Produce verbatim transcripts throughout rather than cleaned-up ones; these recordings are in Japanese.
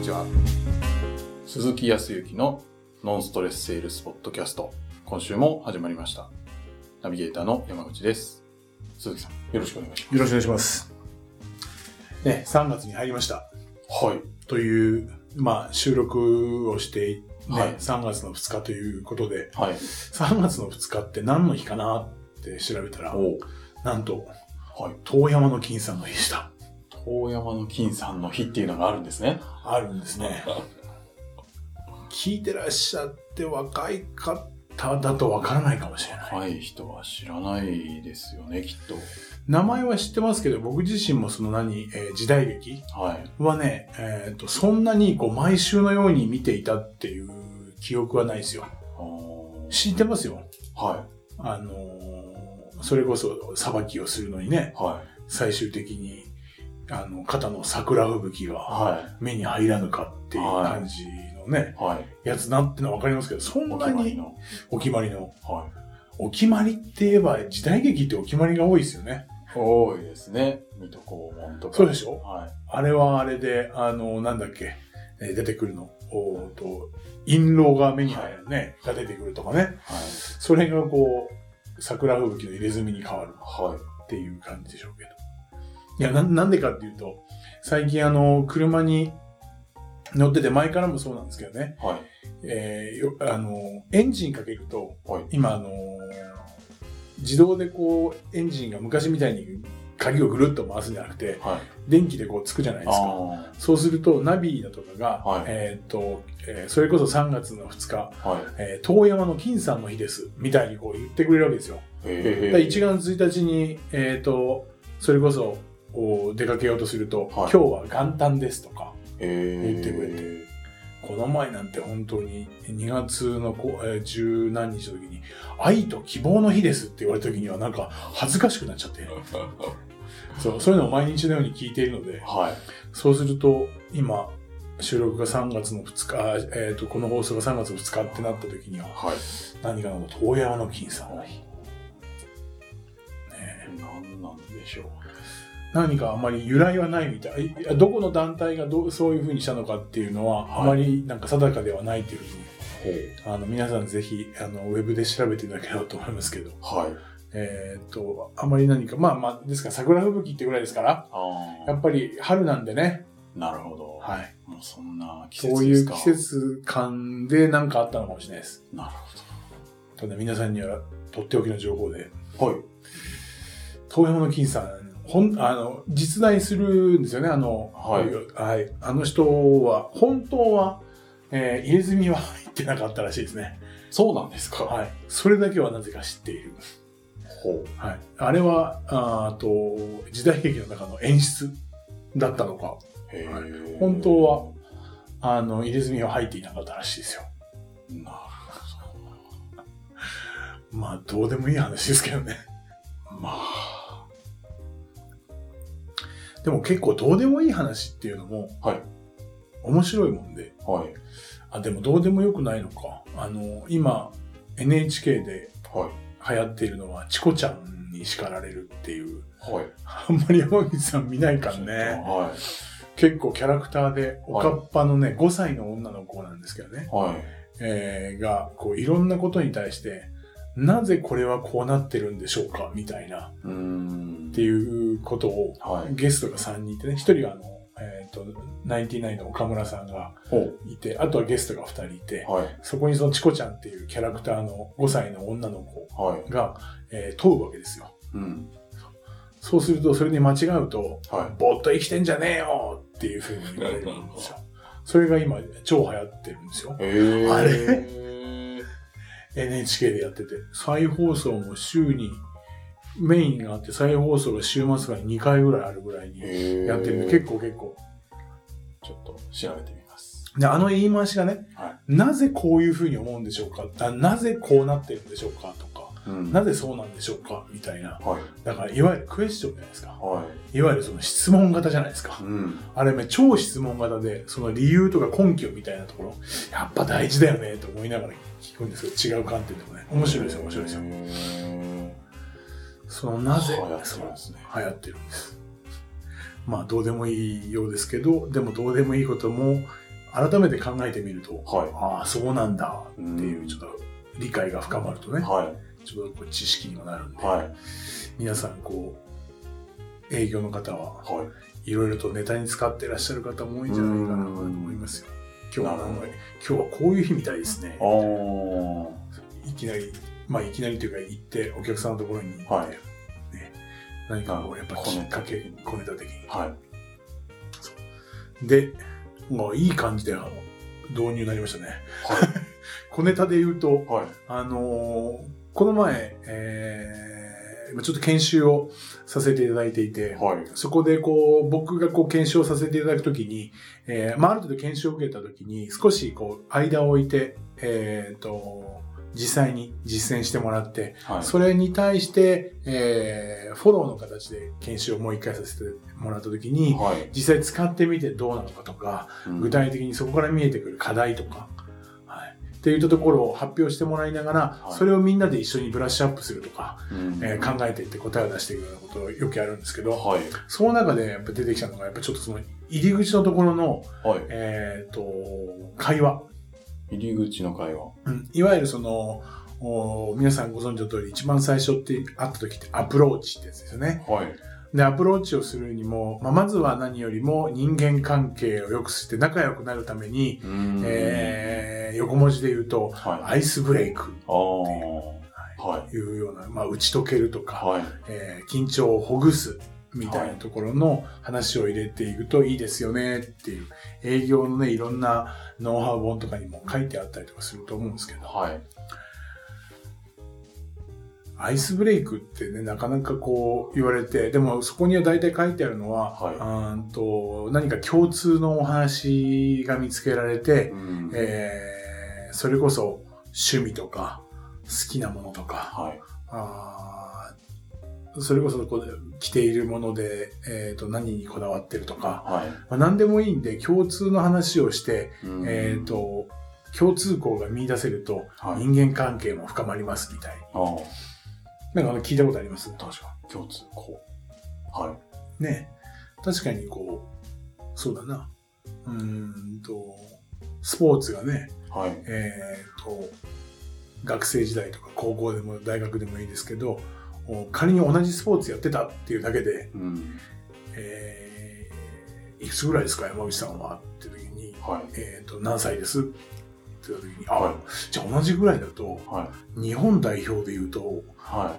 ちは。鈴木康之のノンストレスセールスポッドキャスト、今週も始まりました。ナビゲーターの山口です。鈴木さん、よろしくお願いします。 よろしくお願いします。ね、さんがつに入りました。 はい。 という、まあ、収録をして、ね、はい、さんがつのふつかということで、 はい、 さんがつのふつかって何の日かなって調べたら、なんと、 はい、 遠山の金さんの日でした。 遠山の金さんの日っていうのがあるんですね。 あるんですね。聞いてらっしゃって若い方だとわからないかもしれない。 若い人は知らないですよね、きっと。 名前は知ってますけど、僕自身もその何、えー、時代劇はね、はい、えっと、そんなにこう毎週のように見ていたっていう記憶はないですよ。知ってますよ。 はい。 あのー、それこそ裁きをするのにね、 はい、 最終的にあの肩の桜吹雪が目に入らぬかっていう感じのね、 はい、 やつなってのはわかりますけど、そんなにお決まりの、 はい、 お決まりって言えば時代劇ってお決まりが多いですよね。 多いですね。水戸黄門とか。 そうでしょ、 はい、 あれはあれで、あの、なんだっけ、えー、出てくるの。おーと、印籠が目に入るね、はい、が出てくるとかね。 はい、 それがこう、桜吹雪の入れ墨に変わる。 はい。 っていう感じでしょうけど。いや、な、なんでかっていうと、最近あの、車に乗ってて、前からもそうなんですけどね。 はい。 えー、よ、あの、エンジンかけると、 はい、 今あの、自動でこう、エンジンが昔みたいに鍵をぐるっと回すんじゃなくて、 はい、 電気でこうつくじゃないですか。そうすると、ナビだとかが、 はい、 えっと、えー、それこそさんがつのふつか、 はい、 えー、遠山の金さんの日です、みたいにこう言ってくれるわけですよ。 へー。 いちがつついたちに、えっと、それこそ、出かけようとすると、はい、今日は元旦ですとか言ってくれて、この前なんて本当ににがつの十何日の時に愛と希望の日ですって言われた時にはなんか恥ずかしくなっちゃってそう、そういうのを毎日のように聞いているので、 はい、そうすると今収録がさんがつのふつか、えー、とこの放送がさんがつのふつかってなった時には、はい、何かの遠山の金さんの日、ね、 何なんでしょう。 何かあまり由来はないみたい。どこの団体がどうそういう風にしたのかっていうのは、はい、あまりなんか定かではないというふうに、あの皆さんぜひあのウェブで調べていただければと思いますけど、 はい、 えー、っとあまり何かまあまあですから桜吹雪ってぐらいですから、 あやっぱり春なんでね。 なるほど。 はい。 もうそんな季節ですか。 そういう季節感で何かあったのかもしれないです。 なるほど。ただ皆さんにはとっておきの情報で、 はい。 遠山の金さん。ほん、あの、実在するんですよね、あの、 はい。 はい。あの人は、本当は、えー、入れ墨は入ってなかったらしいですね。 そうなんですか。 はい。それだけはなぜか知っている。 ほう。 はい。あれは、あと、時代劇の中の演出だったのか。 へー。 はい、本当は、あの、入れ墨は入っていなかったらしいですよ。 なるほど。まあ、どうでもいい話ですけどね。 まあ。 でも結構どうでもいい話っていうのも、 はい、 面白いもんで、 はい、 あ、でもどうでもよくないのか。あの、今、エヌエイチケー で流行っているのは、チコちゃんに叱られるっていう、 はい、 あんまり山口さん見ないからね、 はい、 結構キャラクターで、おかっぱのね、ごさいの女の子なんですけどね、 はい、 えー、が、こう、いろんなことに対して、なぜこれはこうなってるんでしょうかみたいな。 うーんっていうことを、はい、ゲストがさんにんいてね、ひとりはあの、えっと、ナインティナインの岡村さんがいて、あとはゲストがふたりいて、 はい、そこにそのチコちゃんっていうキャラクターのごさいの女の子が、はいえー、問うわけですよ、 うん。 そうすると、それに間違うと、 はい、 ぼーっと生きてんじゃねえよっていうふうに言われるんですよ。それが今、超流行ってるんですよ。 へーあれエヌエイチケー でやってて、再放送も週にメインがあって、再放送が週末がにかいぐらいあるぐらいにやってるんで、結構結構。 ちょっと調べてみます。 で、あの言い回しがね、 はい、 なぜこういうふうに思うんでしょうか、あなぜこうなってるんでしょうかとか、うん、なぜそうなんでしょうかみたいな。はい、だから、いわゆるクエスチョンじゃないですか。はい、いわゆるその質問型じゃないですか。うん、あれね、超質問型で、その理由とか根拠みたいなところ、やっぱ大事だよねと思いながら聞くんですけど、違う観点でもね、面白いですよ、面白いですよ。そのなぜ、 流行ってるんですね。 流行ってるんです。まあ、どうでもいいようですけど、でもどうでもいいことも、 改めて考えてみると、 はい、 ああ、そうなんだっていう、ちょっと理解が深まるとね、 はい、 ちょっとこう知識にもなるんで、 はい、皆さん、こう、営業の方は、はい、いろいろとネタに使ってらっしゃる方も多いんじゃないかなと思いますよ。今日は、今日はこういう日みたいですね。いきなり、まあいきなりというか行って、お客さんのところに行って、はい、ね、何かこう、やっぱきっかけ、小ネタ的に。はい、で、もういい感じで導入になりましたね。はい、小ネタで言うと、はい、あのー、この前、えーちょっと研修をさせていただいていて、はい、そこでこう、僕がこう研修をさせていただくときに、えー、まあ、ある程度研修を受けたときに、少しこう、間を置いて、えっと、実際に実践してもらって、はい、それに対して、えー、フォローの形で研修をもう一回させてもらったときに、はい、実際使ってみてどうなのかとか、うん、具体的にそこから見えてくる課題とか、っていったところを発表してもらいながら、はい、それをみんなで一緒にブラッシュアップするとか、うんえー、考えていって答えを出していくようなことをよくやるんですけど、はい、その中でやっぱ出てきたのが、やっぱちょっとその入り口のところの、はい、えっと、会話。 入り口の会話。 うん、いわゆるその、皆さんご存知の通り、一番最初って会った時ってアプローチってやつですよね。はい。で、アプローチをするにも、まあ、まずは何よりも人間関係を良くして仲良くなるために、えー、横文字で言うと、はい、アイスブレイクっていう、はい、いうような、まあ、打ち解けるとか、はいえー、緊張をほぐすみたいなところの話を入れていくといいですよねっていう、営業のね、いろんなノウハウ本とかにも書いてあったりとかすると思うんですけど、はいアイスブレイクってね、なかなかこう言われて、でもそこには大体書いてあるのは、はい、あーと何か共通のお話が見つけられて、うんえー、それこそ趣味とか好きなものとか、はい、あそれこそこう着ているもので、えー、と何にこだわってるとか、はいまあ、何でもいいんで共通の話をして、うんえー、と共通項が見出せると、はい、人間関係も深まりますみたいな。なんか聞いたことあります？ 確かに。共通項。はい。 ね確かにこう、そうだな。うーんと、スポーツがね、はい。えっと、学生時代とか高校でも大学でもいいですけど、仮に同じスポーツやってたっていうだけで、うんえー、いくつぐらいですか、山口さんはって時に、はい、えっと、何歳ですって言った時に、あ、はい、じゃあ同じぐらいだと、はい、日本代表で言うと、はい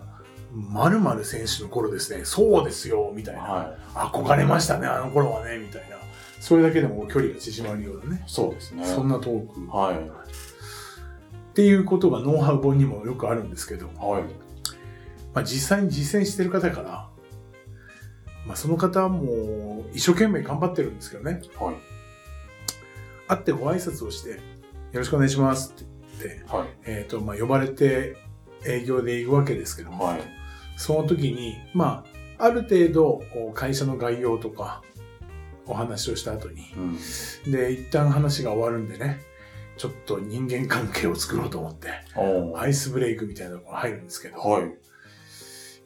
。〇〇選手の頃ですね。そうですよ、みたいな。はい、憧れましたね、あの頃はね、みたいな。それだけでも距離が縮まるようなね。 そうですね。 そんなトーク。はい。っていうことがノウハウ本にもよくあるんですけど。はい。まあ実際に実践してる方から、まあその方も一生懸命頑張ってるんですけどね。はい。会ってご挨拶をして、よろしくお願いしますって言って、はい。えっと、まあ呼ばれて営業で行くわけですけども。はい。その時に、まあ、ある程度、会社の概要とか、お話をした後に、うん、で、一旦話が終わるんでね、ちょっと人間関係を作ろうと思って、アイスブレイクみたいなのが入るんですけど、はい、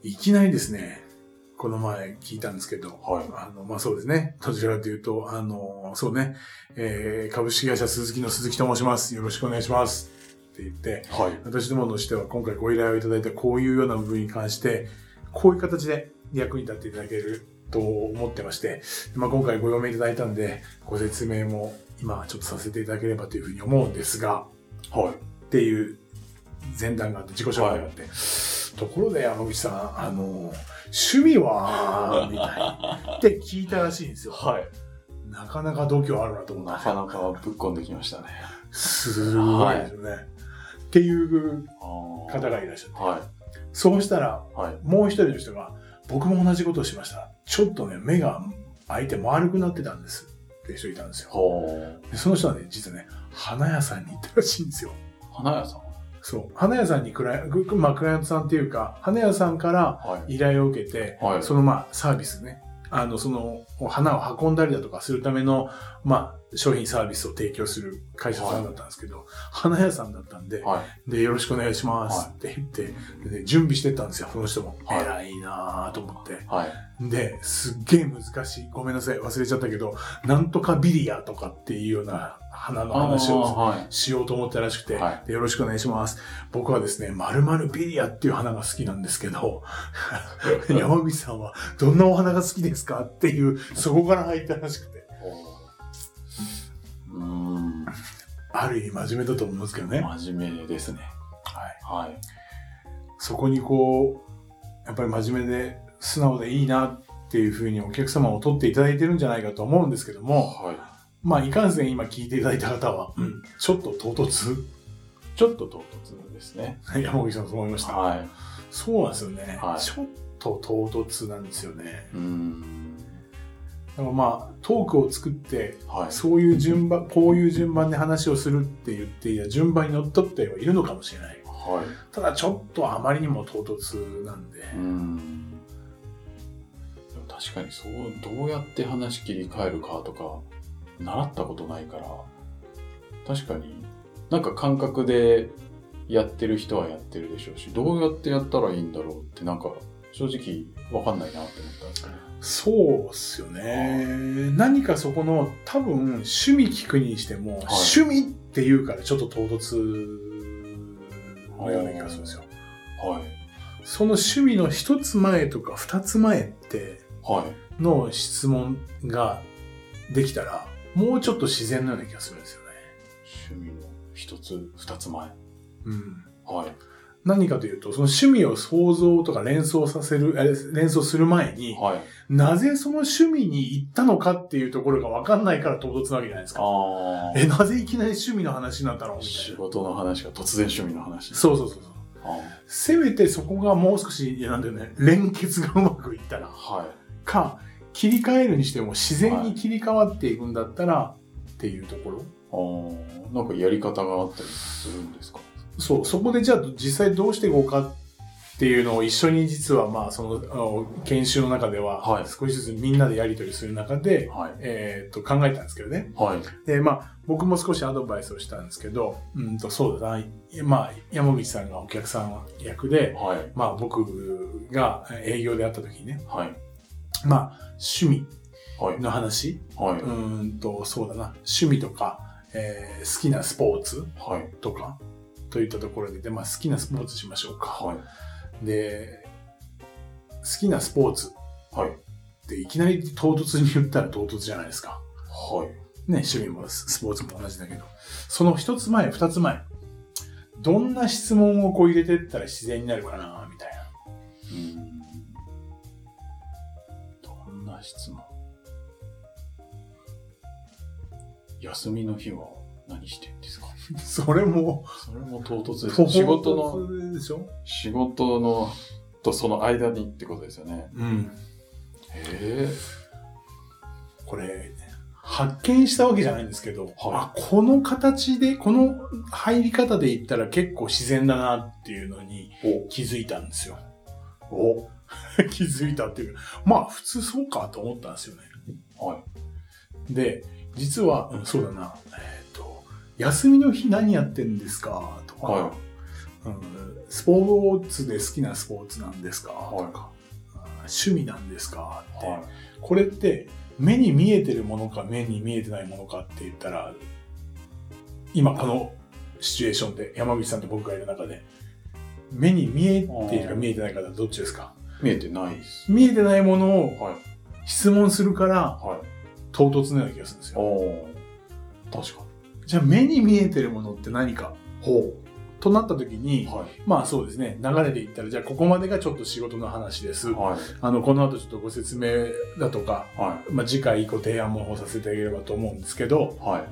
いきなりですね、この前聞いたんですけど、はい、あの、まあ、そうですね、どちらかというと、あの、そうね、えー、株式会社鈴木の鈴木と申します。よろしくお願いします。って言って、はい、私どもとしては今回ご依頼をいただいたこういうような部分に関して、こういう形で役に立っていただけると思ってまして、まあ、今回ご用命いただいたんで、ご説明も今ちょっとさせていただければというふうに思うんですが、はい。っていう前段があって、自己紹介があって、はい、ところで山口さん、あの、趣味は、みたいな、って聞いたらしいんですよ。はい。なかなか度胸あるなと思って。 なかなかぶっこんできましたね。 すごいですよね。はい、っていう方がいらっしゃって。はい。そうしたら、はい、もう一人の人が、僕も同じことをしました。ちょっとね、目が開いて丸くなってたんです。っていう人いたんですよ。でその人はね、実はね、花屋さんに行ったらしいんですよ。 花屋さんそう。花屋さんにクライアント、まあ、クライアントさんっていうか、花屋さんから依頼を受けて、はい、そのまあ、サービスね。あの、その、花を運んだりだとかするための、まあ、 商品サービスを提供する会社さんだったんですけど、はい、花屋さんだったんで、はい、で、よろしくお願いしますって言って、はい、で準備してったんですよ、その人も。はい、偉いなぁと思って。はい、で、すっげえ難しい。ごめんなさい、忘れちゃったけど、なんとかビリアとかっていうような花の話をしようと思ったらしくて、はい、でよろしくお願いします。僕はですね、〇〇ビリアっていう花が好きなんですけど、山口さんはどんなお花が好きですかっていう、そこから入ったらしくて。 うーん、 ある意味真面目だと思うんですけどね。 真面目ですね。はい。はい。 そこにこう、やっぱり真面目で素直でいいなっていうふうにお客様を取っていただいてるんじゃないかと思うんですけども、はい。まあ、いかんせん今聞いていただいた方は、うん、ちょっと唐突ちょっと唐突ですね。 山口さんそう思いました。 はい。 そうなんですよね。はい、ちょっと唐突なんですよね。 うーん。 だからまあ、トークを作って、はい、そういう順番、こういう順番で話をするって言っていや順番にのっとってはいるのかもしれない。はい、ただちょっとあまりにも唐突なんで。 うーん。確かにそう、どうやって話切り替えるかとか、習ったことないから、確かになんか感覚でやってる人はやってるでしょうし、どうやってやったらいいんだろうってなんか正直わかんないなって思ったんですけど。 そうっすよね。何かそこの多分趣味聞くにしても、はい、趣味って言うからちょっと唐突のような気がするんですよ。はい。その趣味の一つ前とか二つ前っての質問ができたら、もうちょっと自然なような気がするんですよね。 趣味の一つ二つ前。 うん。 はい。 何かというと、その趣味を想像とか連想させる、連想する前に、はい、なぜその趣味に行ったのかっていうところが分かんないから唐突なわけじゃないですか。あえ、なぜいきなり趣味の話になったのみたいな。 仕事の話が突然趣味の話。 そうそうそうそう。せめてそこがもう少し、いやなんだよね、連結がうまくいったら、はい、か、切り替えるにしても自然に切り替わっていくんだったら、はい、っていうところ。 ああ、なんかやり方があったりするんですか？ そう、そこでじゃあ実際どうしていこうかっていうのを一緒に実はまあその、あの研修の中では少しずつみんなでやり取りする中で、はい、えっと考えたんですけどね。はい。で、まあ僕も少しアドバイスをしたんですけど、うんとそうだな、まあ山口さんがお客さん役で、はい、まあ僕が営業であった時にね、はい、まあ趣味の話、はい、うんとそうだな、趣味とか、えー、好きなスポーツとか、はいといったところで、で、まあ好きなスポーツしましょうか。はい。で、好きなスポーツ。はい。で、いきなり唐突に言ったら唐突じゃないですか。はい。ね、趣味もスポーツも同じだけど。その一つ前、二つ前。どんな質問をこう入れてったら自然になるかな、みたいな。うーん。 どんな質問？休みの日は何してんですか？ それも、 それも唐突です。仕事の、 でしょ？ 仕事の、とその間にってことですよね。うん。へえ。 これ、発見したわけじゃないんですけど、はい、あ、この形で、この入り方で言ったら結構自然だなっていうのに気づいたんですよ。お気づいたっていうか、まあ普通そうかと思ったんですよね。はい。で、実は、うん、そうだな、えっと、休みの日何やってんですかとか、はいうん、スポーツで好きなスポーツなんですかとか、はい、趣味なんですかって、はい、これって目に見えてるものか目に見えてないものかって言ったら、今このシチュエーションで山口さんと僕がいる中で、目に見えているか見えてないかはどっちですか？ 見えてないです。 見えてないものを質問するから、はい、唐突のような気がするんですよ。 確かに。 じゃあ目に見えてるものって何かほうとなった時に、はい、まあそうですね、流れで言ったら、じゃあここまでがちょっと仕事の話です。はい、あの、この後ちょっとご説明だとか、はい、まあ次回ご提案もさせてあげればと思うんですけど、はい、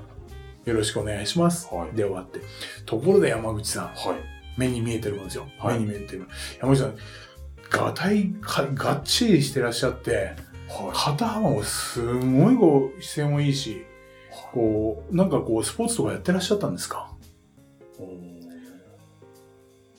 よろしくお願いします。はい、で終わって。ところで山口さん、はい、目に見えてるものですよ。はい、目に見えてる。山口さん、がたいが、がっちりしてらっしゃって、はい、肩幅もすごいこう、姿勢もいいし、こう、なんかこう、スポーツとかやってらっしゃったんですか？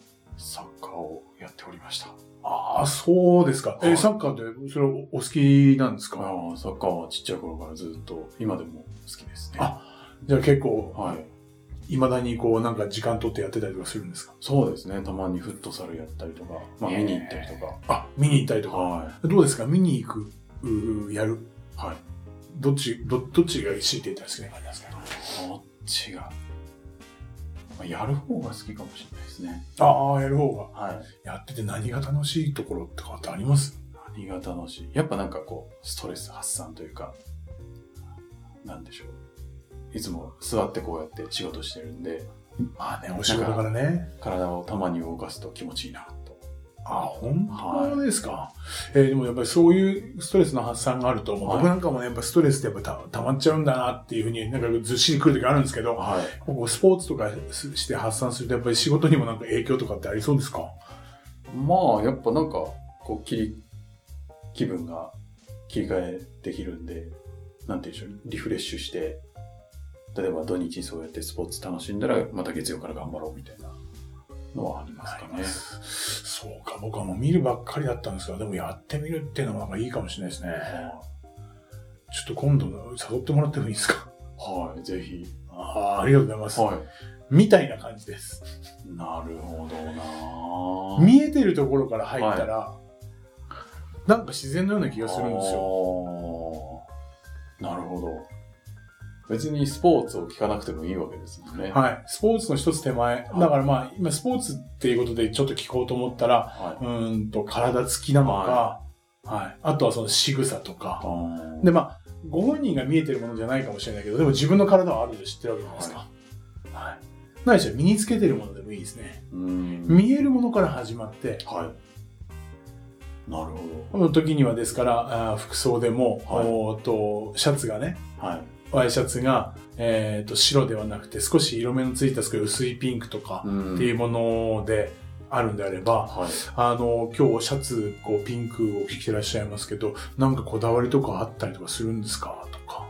サッカーをやっておりました。 ああ、そうですか。はい、え、サッカーって、それお好きなんですか？ ああ、サッカーはちっちゃい頃からずっと、今でも好きですね。 あ、じゃあ結構、 はい。 未だにこう、なんか時間取ってやってたりとかするんですか？ そうですね。たまにフットサルやったりとか、まあ見に行ったりとか。 あ、見に行ったりとか。はい。どうですか？見に行く、うやる。 はい。 どっち、ど、どっちが強いて言ったら好きな感じなんですか？ どっちが。やる方が好きかもしれないですね。 ああ、やる方が。 はい。 やってて何が楽しいところとかってあります？ 何が楽しい？やっぱなんかこう、ストレス発散というか、なんでしょう。いつも座ってこうやって仕事してるんで。 まあね、お仕事からね。 体をたまに動かすと気持ちいいなと。 あ、本当ですか。はい、えー、でもやっぱりそういうストレスの発散があると、はい、僕なんかもね、やっぱストレスってやっぱ た, たまっちゃうんだなっていうふうになんかずっしりくる時あるんですけど、はい、ここスポーツとかして発散するとやっぱり仕事にもなんか影響とかってありそうですか？ まあ、やっぱなんか、こう、切り、気分が切り替えできるんで、なんていうんでしょう、リフレッシュして、例えば土日そうやってスポーツ楽しんだら、また月曜から頑張ろうみたいなのはありますかね。 そうか、僕はもう見るばっかりだったんですけど、でもやってみるっていうのがいいかもしれないですね。はあ、ちょっと今度誘ってもらってもいいですか？ はい、ぜひ。 ああ、ありがとうございます。 はい。 みたいな感じです。 なるほどな。 見えてるところから入ったら、はい、なんか自然のような気がするんですよ。 なるほど。別にスポーツを聞かなくてもいいわけですもんね。 はい。スポーツの一つ手前。だからまあ、今スポーツっていうことでちょっと聞こうと思ったら、はい、うーんと体つきなのか、はい、はい。あとはその仕草とか。でまあ、ご本人が見えてるものじゃないかもしれないけど、でも自分の体はあると知ってるわけじゃないですか。はい。はい、何でしょう、身につけてるものでもいいですね。うん、見えるものから始まって、はい。なるほど。この時にはですから、あ服装でも、はい、おとシャツがね、はい。ワイシャツが、えっと、白ではなくて少し色目のついた薄いピンクとかっていうものであるんであれば、はい、あの、今日シャツ、こう、ピンクを着てらっしゃいますけど、なんかこだわりとかあったりとかするんですかとか。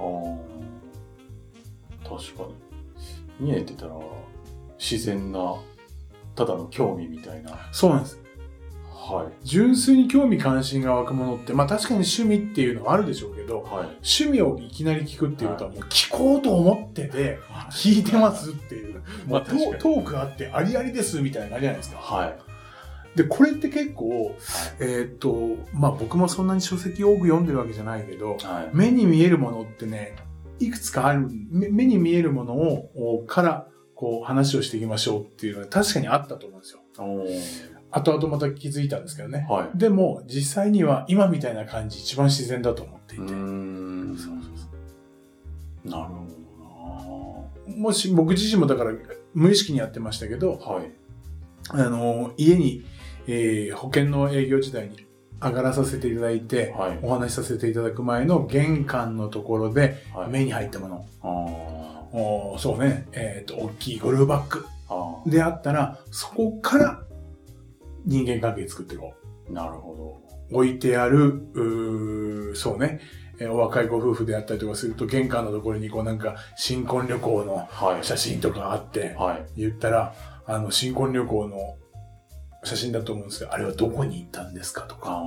確かに。見えてたら、自然な、ただの興味みたいな。 そうなんです。はい、純粋に興味関心が湧くものって、まあ確かに趣味っていうのはあるでしょうけど、はい、趣味をいきなり聞くっていうことはもう聞こうと思ってて、聞いてますっていう、まあ、トークがあってありありですみたいな感じじゃないですか。はい、で、これって結構、はい、えーっと、まあ僕もそんなに書籍多く読んでるわけじゃないけど、はい、目に見えるものってね、いくつかある、目に見えるものを、からこう話をしていきましょうっていうのは確かにあったと思うんですよ。後々また気づいたんですけどね。はい、でも、実際には今みたいな感じ一番自然だと思っていて。うーん、そうそうそう。なるほどな。もし、僕自身もだから無意識にやってましたけど、はい、あの、家に、えー、保険の営業時代に上がらさせていただいて、はい、お話しさせていただく前の玄関のところで目に入ったもの。はい、おそうね、えっと、大きいゴルフバッグであったら、そこから、人間関係作っていこう。なるほど。置いてある、うーそうね、えー、お若いご夫婦であったりとかすると、玄関のところにこうなんか、新婚旅行の写真とかあって、はい、言ったら、あの、新婚旅行の写真だと思うんですけど、あれはどこに行ったんですかとか、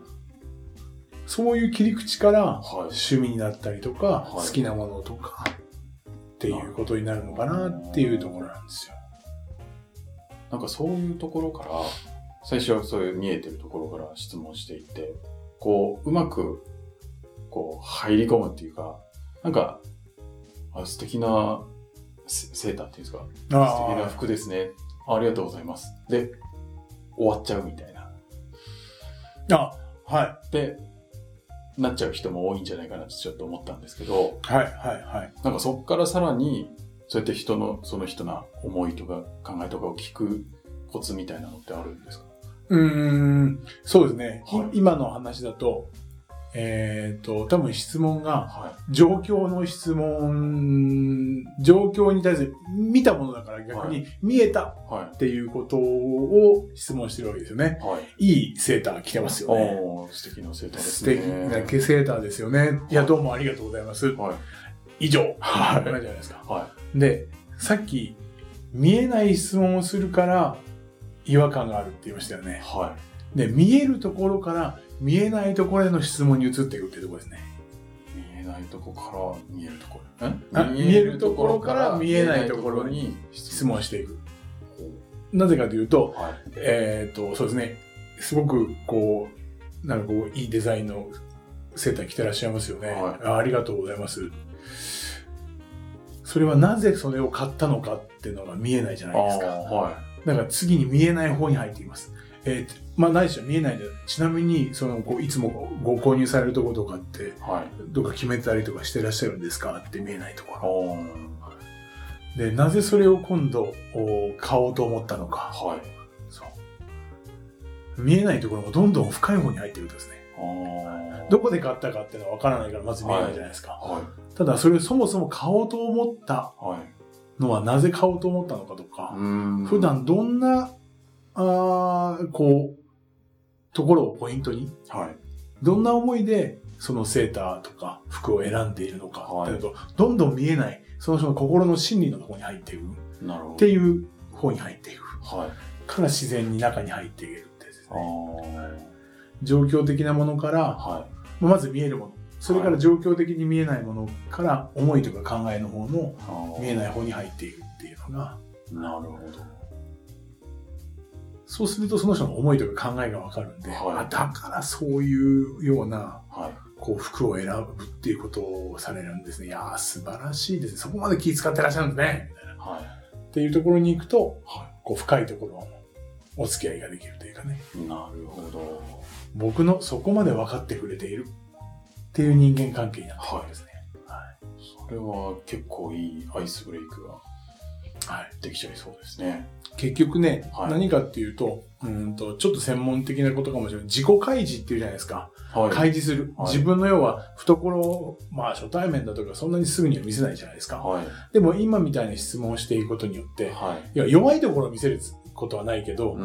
そういう切り口から、はい、趣味になったりとか、はい、好きなものとか、っていうことになるのかなっていうところなんですよ。 なんかそういうところから、最初はそういう見えてるところから質問していって、こう、うまく、こう、入り込むっていうか、なんか、あ素敵なセーターっていうんですか、素敵な服ですね。ありがとうございます。で、終わっちゃうみたいな。 あ、はい。 で、なっちゃう人も多いんじゃないかなってちょっと思ったんですけど、 はい、はい、はい。 なんかそっからさらに、そうやって人の、その人の思いとか考えとかを聞くコツみたいなのってあるんですか？ うーん、そうですね。はい、今の話だと、えっと、多分質問が、状況の質問、状況に対する見たものだから逆に見えたっていうことを質問してるわけですよね。はい、いいセーター着てますよね。 お素敵なセーターですね。 素敵なセーターですよね。はい、いや、どうもありがとうございます。はい、以上。はい。じゃないですか。はい。で、さっき、見えない質問をするから、 違和感があるって言いましたよね。 はい。 で、見えるところから見えないところへの質問に移っていくっていうところですね。 見えないところから見えるところ。 ん見えるところから見えないところに質問していく。なぜかというと、はい、えっと、そうですね。すごくこう、なんかこう、いいデザインのセーター着てらっしゃいますよね。はい、あ, ありがとうございます。それはなぜそれを買ったのかっていうのが見えないじゃないですか。はい、だから次に見えない方に入っています。えー、まあないしは見えないんで、ちなみに、その、こういつもご購入されるところとかって、はい、どっか決めたりとかしてらっしゃるんですかって見えないところ。で、なぜそれを今度、買おうと思ったのか。はい。そう。見えないところもどんどん深い方に入っていくとですね。どこで買ったかっていうのは分からないからまず見えないじゃないですか。はいはい、ただそれをそもそも買おうと思ったのはなぜ買おうと思ったのかとか、はい、普段どんな、あこう、ところをポイントに、はい、どんな思いでそのセーターとか服を選んでいるのか、はい、っていうとどんどん見えない、その人の心の心理のところに入っていく。なるほど。っていう方に入っていく。はい、から自然に中に入っていけるってですね。状況的なものから、はい、まず見えるもの。それから状況的に見えないものから思いとか考えの方の見えない方に入っていくっていうのが。 なるほど。 そうするとその人の思いとか考えがわかるんで、はい、あ、だからそういうような、はい、こう服を選ぶっていうことをされるんですね。いやー素晴らしいですね。そこまで気遣ってらっしゃるんですね。みたいな。はい、っていうところに行くと、はい、こう深いところのお付き合いができるというかね。 なるほど。 僕のそこまで分かってくれているっていう人間関係になってるんですね。はい。 はい、それは結構いいアイスブレイクが、はい、できちゃいそうですね。 結局ね、はい、何かっていうと、うんと、ちょっと専門的なことかもしれない。自己開示っていうじゃないですか。はい、開示する。はい、自分の要は懐を、まあ初対面だとかそんなにすぐには見せないじゃないですか。はい、でも今みたいな質問をしていくことによって、はい、いや弱いところを見せることはないけど、うん、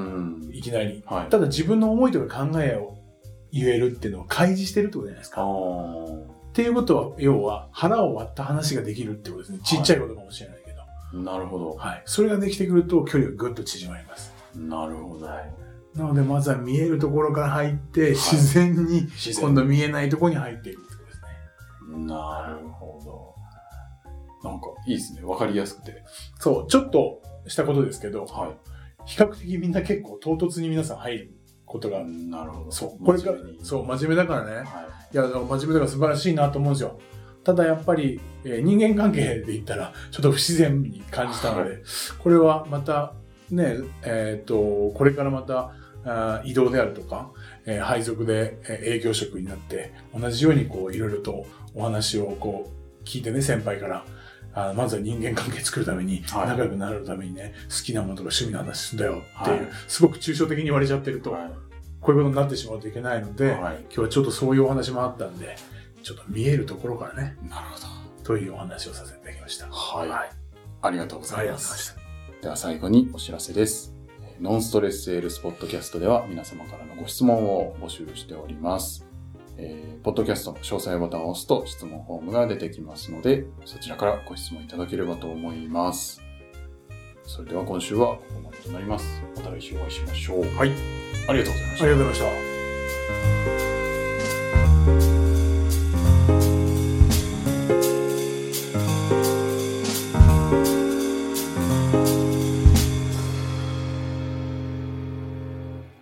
いきなり、はい。ただ自分の思いとか考えを言えるっていうのを開示してるってことじゃないですか。っていうことは、要は腹を割った話ができるってことですね。ちっちゃいことかもしれないけど。 なるほど。 はい。それができてくると距離がぐっと縮まります。 なるほど。はい、 なので、まずは見えるところから入って、はい、自然に今度見えないところに入っていくってことですね。なるほど。なんかいいですね。わかりやすくて。 そう。ちょっとしたことですけど、はい、比較的みんな結構唐突に皆さん入ることが。 なるほど。 そう。これから、そう、真面目だからね。はい、いや、真面目だから素晴らしいなと思うんですよ。ただやっぱり、えー、人間関係で言ったらちょっと不自然に感じたので、はい、これはまたね、えっと、これからまたあ移動であるとか、えー、配属で営業職になって同じようにこういろいろとお話をこう聞いてね、先輩から、あまずは人間関係作るために、はい、仲良くなるためにね、好きなものとか趣味の話すんだよっていう、はい、すごく抽象的に言われちゃってると、はい、こういうことになってしまうといけないので、はい、今日はちょっとそういうお話もあったんで、ちょっと見えるところからね。 なるほど。 というお話をさせていただきました。 はい。はい、ありがとうございます。では最後にお知らせです。ノンストレスセールスポッドキャストでは皆様からのご質問を募集しております。えー、ポッドキャストの詳細ボタンを押すと質問フォームが出てきますので、そちらからご質問いただければと思います。それでは今週はここまでとなります。また来週お会いしましょう。 はい。 ありがとうございました。 ありがとうございました。